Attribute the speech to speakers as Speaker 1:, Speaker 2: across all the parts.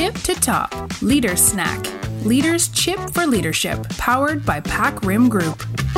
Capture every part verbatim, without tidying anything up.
Speaker 1: Tip to Top Leader Snack Leaders Chip for Leadership Powered by Pac Rim Group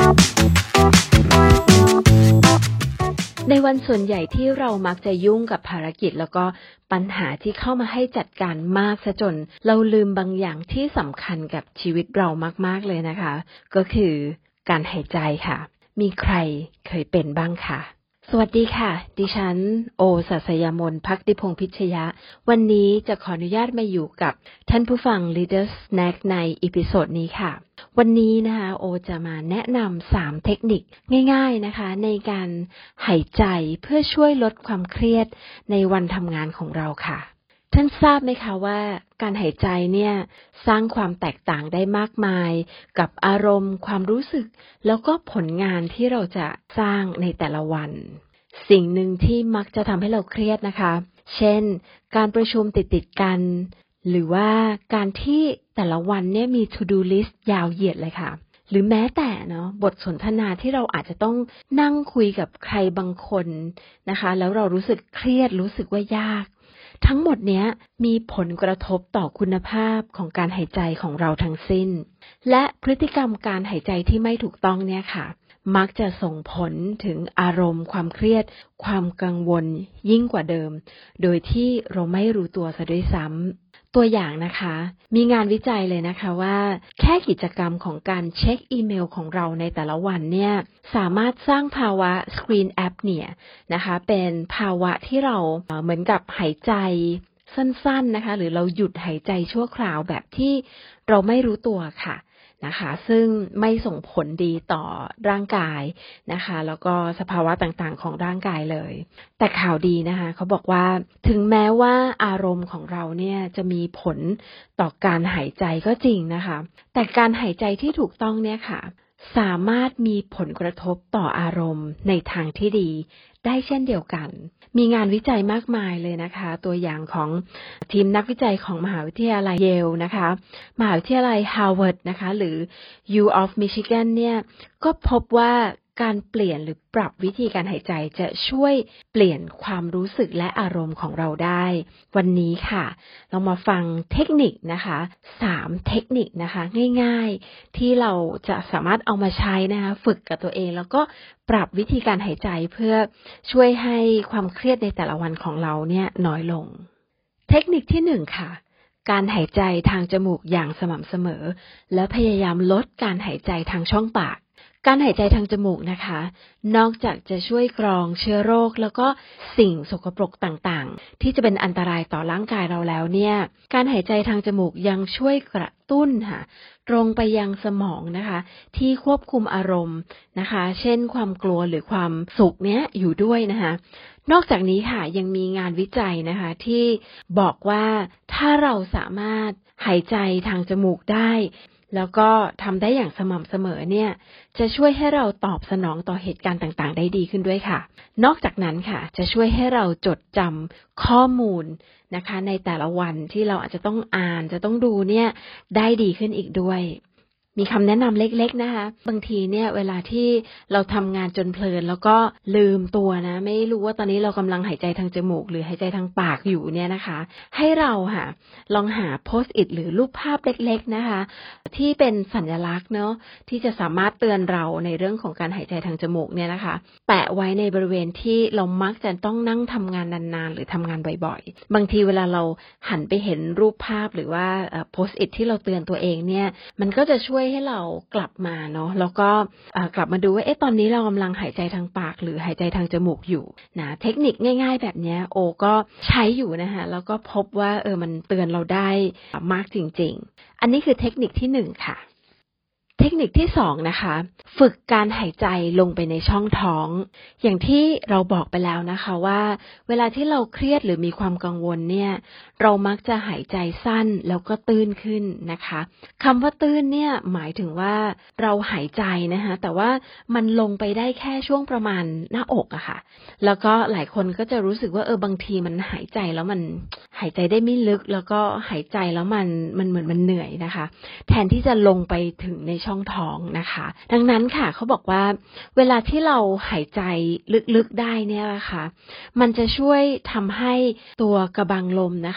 Speaker 2: ในวันส่วนใหญ่ที่เรามักจะยุ่งกับภารกิจแล้วก็ปัญหาที่เข้ามาให้จัดการมากซะจนเราลืมบางอย่างที่สำคัญกับชีวิตเรามากๆเลยนะคะก็คือการหายใจค่ะมีใครเคยเป็นบ้างคะสวัสดีค่ะดิฉันโอศัสยามนภักดิพงษ์พิชยะวันนี้จะขออนุญาตมาอยู่กับท่านผู้ฟัง Leaders Snack ในอีพิโซดนี้ค่ะวันนี้นะคะโอจะมาแนะนำสามเทคนิคง่ายๆนะคะในการหายใจเพื่อช่วยลดความเครียดในวันทำงานของเราค่ะท่านทราบไหมคะว่าการหายใจเนี่ยสร้างความแตกต่างได้มากมายกับอารมณ์ความรู้สึกแล้วก็ผลงานที่เราจะสร้างในแต่ละวันสิ่งหนึ่งที่มักจะทำให้เราเครียดนะคะเช่นการประชุมติดๆกันหรือว่าการที่แต่ละวันเนี่ยมี to do list ยาวเหยียดเลยค่ะหรือแม้แต่เนาะบทสนทนาที่เราอาจจะต้องนั่งคุยกับใครบางคนนะคะแล้วเรารู้สึกเครียดรู้สึกว่ายากทั้งหมดเนี้ยมีผลกระทบต่อคุณภาพของการหายใจของเราทั้งสิ้นและพฤติกรรมการหายใจที่ไม่ถูกต้องเนี่ยค่ะมักจะส่งผลถึงอารมณ์ความเครียดความกังวลยิ่งกว่าเดิมโดยที่เราไม่รู้ตัวซะด้วยซ้ำตัวอย่างนะคะมีงานวิจัยเลยนะคะว่าแค่กิจกรรมของการเช็คอีเมลของเราในแต่ละวันเนี่ยสามารถสร้างภาวะ screen apnea นะคะเป็นภาวะที่เราเหมือนกับหายใจสั้นๆนะคะหรือเราหยุดหายใจชั่วคราวแบบที่เราไม่รู้ตัวค่ะนะคะซึ่งไม่ส่งผลดีต่อร่างกายนะคะแล้วก็สภาวะต่างๆของร่างกายเลยแต่ข่าวดีนะคะเขาบอกว่าถึงแม้ว่าอารมณ์ของเราเนี่ยจะมีผลต่อการหายใจก็จริงนะคะแต่การหายใจที่ถูกต้องเนี่ยค่ะสามารถมีผลกระทบต่ออารมณ์ในทางที่ดีได้เช่นเดียวกันมีงานวิจัยมากมายเลยนะคะตัวอย่างของทีมนักวิจัยของมหาวิทยาลัยเยลนะคะมหาวิทยาลัยฮาร์วาร์ดนะคะหรือ U of Michigan เนี่ยก็พบว่าการเปลี่ยนหรือปรับวิธีการหายใจจะช่วยเปลี่ยนความรู้สึกและอารมณ์ของเราได้วันนี้ค่ะเรามาฟังเทคนิคนะคะสามเทคนิคนะคะง่ายๆที่เราจะสามารถเอามาใช้นะคะฝึกกับตัวเองแล้วก็ปรับวิธีการหายใจเพื่อช่วยให้ความเครียดในแต่ละวันของเราเนี่ยน้อยลงเทคนิคที่หนึ่งค่ะการหายใจทางจมูกอย่างสม่ำเสมอและพยายามลดการหายใจทางช่องปากการหายใจทางจมูกนะคะนอกจากจะช่วยกรองเชื้อโรคแล้วก็สิ่งสกปรกต่างๆที่จะเป็นอันตรายต่อร่างกายเราแล้วเนี่ยการหายใจทางจมูกยังช่วยกระตุ้นค่ะตรงไปยังสมองนะคะที่ควบคุมอารมณ์นะคะเช่นความกลัวหรือความสุขเนี้ยอยู่ด้วยนะคะนอกจากนี้ค่ะยังมีงานวิจัยนะคะที่บอกว่าถ้าเราสามารถหายใจทางจมูกได้แล้วก็ทำได้อย่างสม่ำเสมอเนี่ยจะช่วยให้เราตอบสนองต่อเหตุการณ์ต่างๆได้ดีขึ้นด้วยค่ะนอกจากนั้นค่ะจะช่วยให้เราจดจำข้อมูลนะคะในแต่ละวันที่เราอาจจะต้องอ่านจะต้องดูเนี่ยได้ดีขึ้นอีกด้วยมีคำแนะนำเล็กๆนะคะบางทีเนี่ยเวลาที่เราทำงานจนเพลินแล้วก็ลืมตัวนะไม่รู้ว่าตอนนี้เรากำลังหายใจทางจมูกหรือหายใจทางปากอยู่เนี่ยนะคะให้เราค่ะลองหาโพสต์อิทหรือรูปภาพเล็กๆนะคะที่เป็นสัญลักษณ์เนาะที่จะสามารถเตือนเราในเรื่องของการหายใจทางจมูกเนี่ยนะคะแปะไว้ในบริเวณที่เรามักจะต้องนั่งทำงานนานๆหรือทำงานบ่อยๆบางทีเวลาเราหันไปเห็นรูปภาพหรือว่าโพสต์อิทที่เราเตือนตัวเองเนี่ยมันก็จะช่วยให้เรากลับมาเนาะแล้วก็กลับมาดูว่าเอ๊ะตอนนี้เรากำลังหายใจทางปากหรือหายใจทางจมูกอยู่นะเทคนิคง่ายๆแบบนี้โอก็ใช้อยู่นะคะแล้วก็พบว่าเออมันเตือนเราได้มากจริงๆอันนี้คือเทคนิคที่หนึ่งค่ะเทคนิคที่สองนะคะฝึกการหายใจลงไปในช่องท้องอย่างที่เราบอกไปแล้วนะคะว่าเวลาที่เราเครียดหรือมีความกังวลเนี่ยเรามักจะหายใจสั้นแล้วก็ตื้นขึ้นนะคะคำว่าตื้นเนี่ยหมายถึงว่าเราหายใจนะคะแต่ว่ามันลงไปได้แค่ช่วงประมาณหน้าอกอะค่ะแล้วก็หลายคนก็จะรู้สึกว่าเออบางทีมันหายใจแล้วมันหายใจได้ไม่ลึกแล้วก็หายใจแล้วมันมันเหมือนมันเหนื่อยนะคะแทนที่จะลงไปถึงในช่องท้องนะคะดังนั้นค่ะเขาบอกว่าเวลาที่เราหายใจลึกๆได้เนี่ยนะคะมันจะช่วยทำให้ตัวกระบังลมนะคะ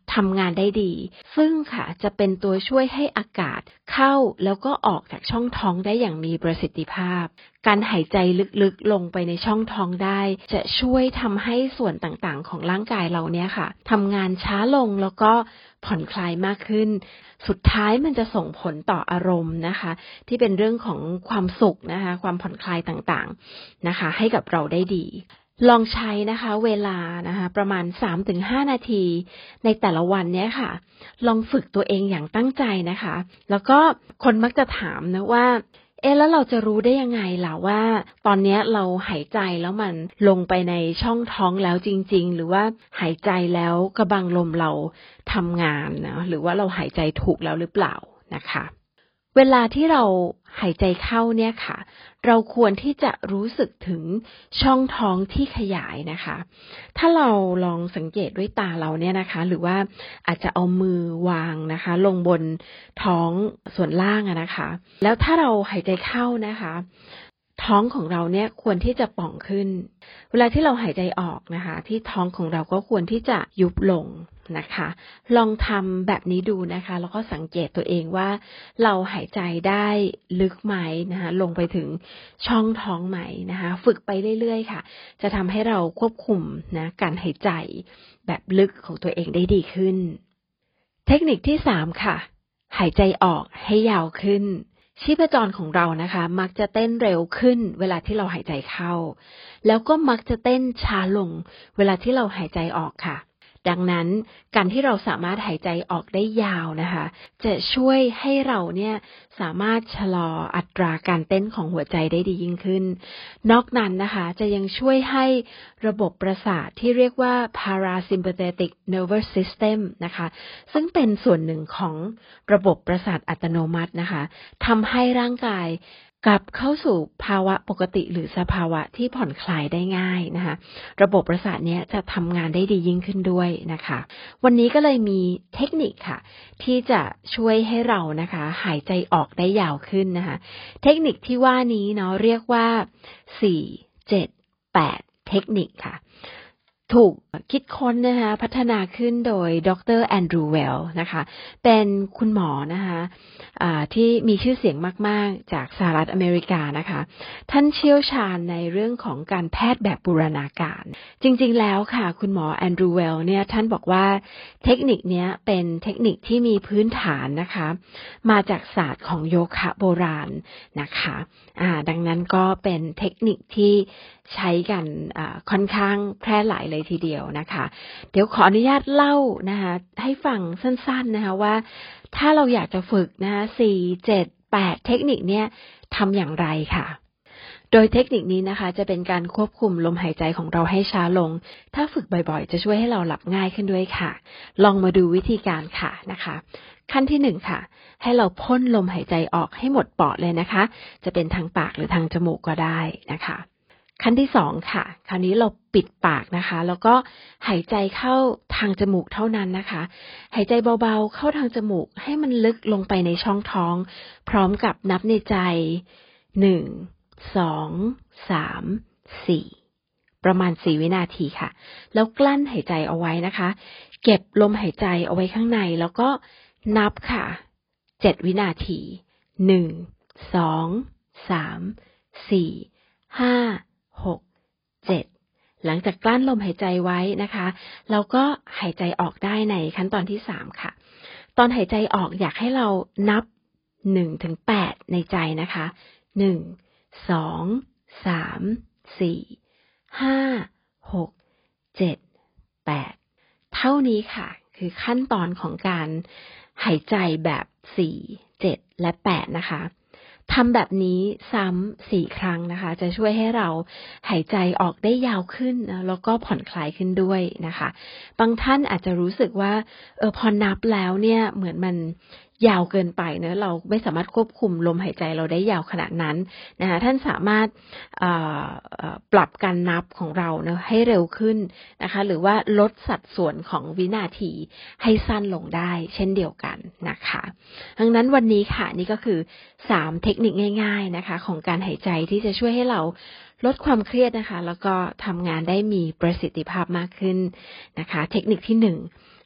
Speaker 2: ทำงานได้ดีซึ่งค่ะจะเป็นตัวช่วยให้อากาศเข้าแล้วก็ออกจากช่องท้องได้อย่างมีประสิทธิภาพการหายใจลึกๆลงไปในช่องท้องได้จะช่วยทำให้ส่วนต่างๆของร่างกายเราเนี่ยค่ะทำงานช้าลงแล้วก็ผ่อนคลายมากขึ้นสุดท้ายมันจะส่งผลต่ออารมณ์นะคะที่เป็นเรื่องของความสุขนะคะความผ่อนคลายต่างๆนะคะให้กับเราได้ดีลองใช้นะคะเวลานะคะประมาณ สามถึงห้า นาทีในแต่ละวันเนี้ยค่ะลองฝึกตัวเองอย่างตั้งใจนะคะแล้วก็คนมักจะถามนะว่าเอ๊ะแล้วเราจะรู้ได้ยังไงล่ะว่าตอนนี้เราหายใจแล้วมันลงไปในช่องท้องแล้วจริงๆหรือว่าหายใจแล้วกระบังลมเราทำงานนะหรือว่าเราหายใจถูกแล้วหรือเปล่านะคะเวลาที่เราหายใจเข้าเนี่ยค่ะเราควรที่จะรู้สึกถึงช่องท้องที่ขยายนะคะถ้าเราลองสังเกตด้วยตาเราเนี่ยนะคะหรือว่าอาจจะเอามือวางนะคะลงบนท้องส่วนล่างอะนะคะแล้วถ้าเราหายใจเข้านะคะท้องของเราเนี่ยควรที่จะป่องขึ้นเวลาที่เราหายใจออกนะคะที่ท้องของเราก็ควรที่จะยุบลงนะคะลองทำแบบนี้ดูนะคะแล้วก็สังเกตตัวเองว่าเราหายใจได้ลึกไหมนะคะลงไปถึงช่องท้องไหมนะคะฝึกไปเรื่อยๆค่ะจะทำให้เราควบคุมนะการหายใจแบบลึกของตัวเองได้ดีขึ้นเทคนิคที่สามค่ะหายใจออกให้ยาวขึ้นชีพจรของเรานะคะมักจะเต้นเร็วขึ้นเวลาที่เราหายใจเข้าแล้วก็มักจะเต้นช้าลงเวลาที่เราหายใจออกค่ะดังนั้นการที่เราสามารถหายใจออกได้ยาวนะคะจะช่วยให้เราเนี่ยสามารถชะลออัตราการเต้นของหัวใจได้ดียิ่งขึ้นนอกนั้นนะคะจะยังช่วยให้ระบบประสาทที่เรียกว่า parasympathetic nervous system นะคะซึ่งเป็นส่วนหนึ่งของระบบประสาทอัตโนมัตินะคะทำให้ร่างกายกลับเข้าสู่ภาวะปกติหรือสภาวะที่ผ่อนคลายได้ง่ายนะคะระบบประสาทเนี้ยจะทำงานได้ดียิ่งขึ้นด้วยนะคะวันนี้ก็เลยมีเทคนิคค่ะที่จะช่วยให้เรานะคะหายใจออกได้ยาวขึ้นนะคะเทคนิคที่ว่านี้เนาะเรียกว่าสี่ เจ็ด แปดเทคนิคค่ะถูกคิดค้นนะคะพัฒนาขึ้นโดยดรแอนดรูว์เวลนะคะเป็นคุณหมอนะคะที่มีชื่อเสียงมากๆจากสหรัฐอเมริกานะคะท่านเชี่ยวชาญในเรื่องของการแพทย์แบบบูรณาการจริงๆแล้วค่ะคุณหมอแอนดรูว์เวลเนี่ยท่านบอกว่าเทคนิคนี้เป็นเทคนิคที่มีพื้นฐานนะคะมาจากศาสตร์ของโยคะโบราณนะคะอ่าดังนั้นก็เป็นเทคนิคที่ใช้กันค่อนข้างแพร่หลายเลยทีเดียวนะคะเดี๋ยวขออนุญาตเล่านะคะให้ฟังสั้นๆนะคะว่าถ้าเราอยากจะฝึกนะคะสี่ เจ็ด แปดเทคนิคเนี้ยทำอย่างไรค่ะโดยเทคนิคนี้นะคะจะเป็นการควบคุมลมหายใจของเราให้ช้าลงถ้าฝึกบ่อยๆจะช่วยให้เราหลับง่ายขึ้นด้วยค่ะลองมาดูวิธีการค่ะนะคะขั้นที่หนึ่งค่ะให้เราพ่นลมหายใจออกให้หมดปอดเลยนะคะจะเป็นทางปากหรือทางจมูกก็ได้นะคะขั้นที่สองค่ะคราวนี้เราปิดปากนะคะแล้วก็หายใจเข้าทางจมูกเท่านั้นนะคะหายใจเบาๆเข้าทางจมูกให้มันลึกลงไปในช่องท้องพร้อมกับนับในใจหนึ่ง สอง สาม สี่ประมาณสี่วินาทีค่ะแล้วกลั้นหายใจเอาไว้นะคะเก็บลมหายใจเอาไว้ข้างในแล้วก็นับค่ะเจ็ดวินาทีหนึ่ง สอง สาม สี่ ห้าหก เจ็ดหลังจากกลั้นลมหายใจไว้นะคะเราก็หายใจออกได้ในขั้นตอนที่สามค่ะตอนหายใจออกอยากให้เรานับหนึ่งถึงแปดในใจนะคะหนึ่ง สอง สาม สี่ ห้า หก เจ็ด แปดเท่านี้ค่ะคือขั้นตอนของการหายใจแบบสี่ เจ็ด และแปดนะคะทำแบบนี้ซ้ำสี่ครั้งนะคะจะช่วยให้เราหายใจออกได้ยาวขึ้นนะแล้วก็ผ่อนคลายขึ้นด้วยนะคะบางท่านอาจจะรู้สึกว่าเออพอนับแล้วเนี่ยเหมือนมันยาวเกินไปเนะเราไม่สามารถควบคุมลมหายใจเราได้ยาวขนาดนั้นนะคะท่านสามารถปรับการนับของเราเนะให้เร็วขึ้นนะคะหรือว่าลดสัดส่วนของวินาทีให้สั้นลงได้เช่นเดียวกันนะคะดังนั้นวันนี้ค่ะนี่ก็คือสามเทคนิคง่ายๆนะคะของการหายใจที่จะช่วยให้เราลดความเครียดนะคะแล้วก็ทำงานได้มีประสิทธิภาพมากขึ้นนะคะเทคนิคที่หนึ่ง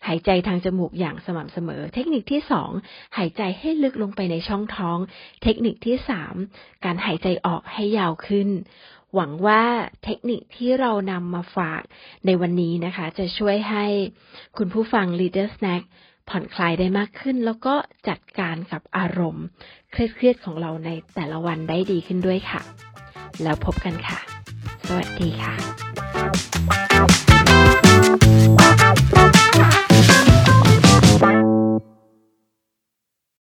Speaker 2: หายใจทางจมูกอย่างสม่ำเสมอเทคนิคที่สองหายใจให้ลึกลงไปในช่องท้องเทคนิคที่สามการหายใจออกให้ยาวขึ้นหวังว่าเทคนิคที่เรานำมาฝากในวันนี้นะคะจะช่วยให้คุณผู้ฟัง Leader Snack ผ่อนคลายได้มากขึ้นแล้วก็จัดการกับอารมณ์เครียดๆของเราในแต่ละวันได้ดีขึ้นด้วยค่ะแล้วพบกันค่ะสวัสดีค่ะ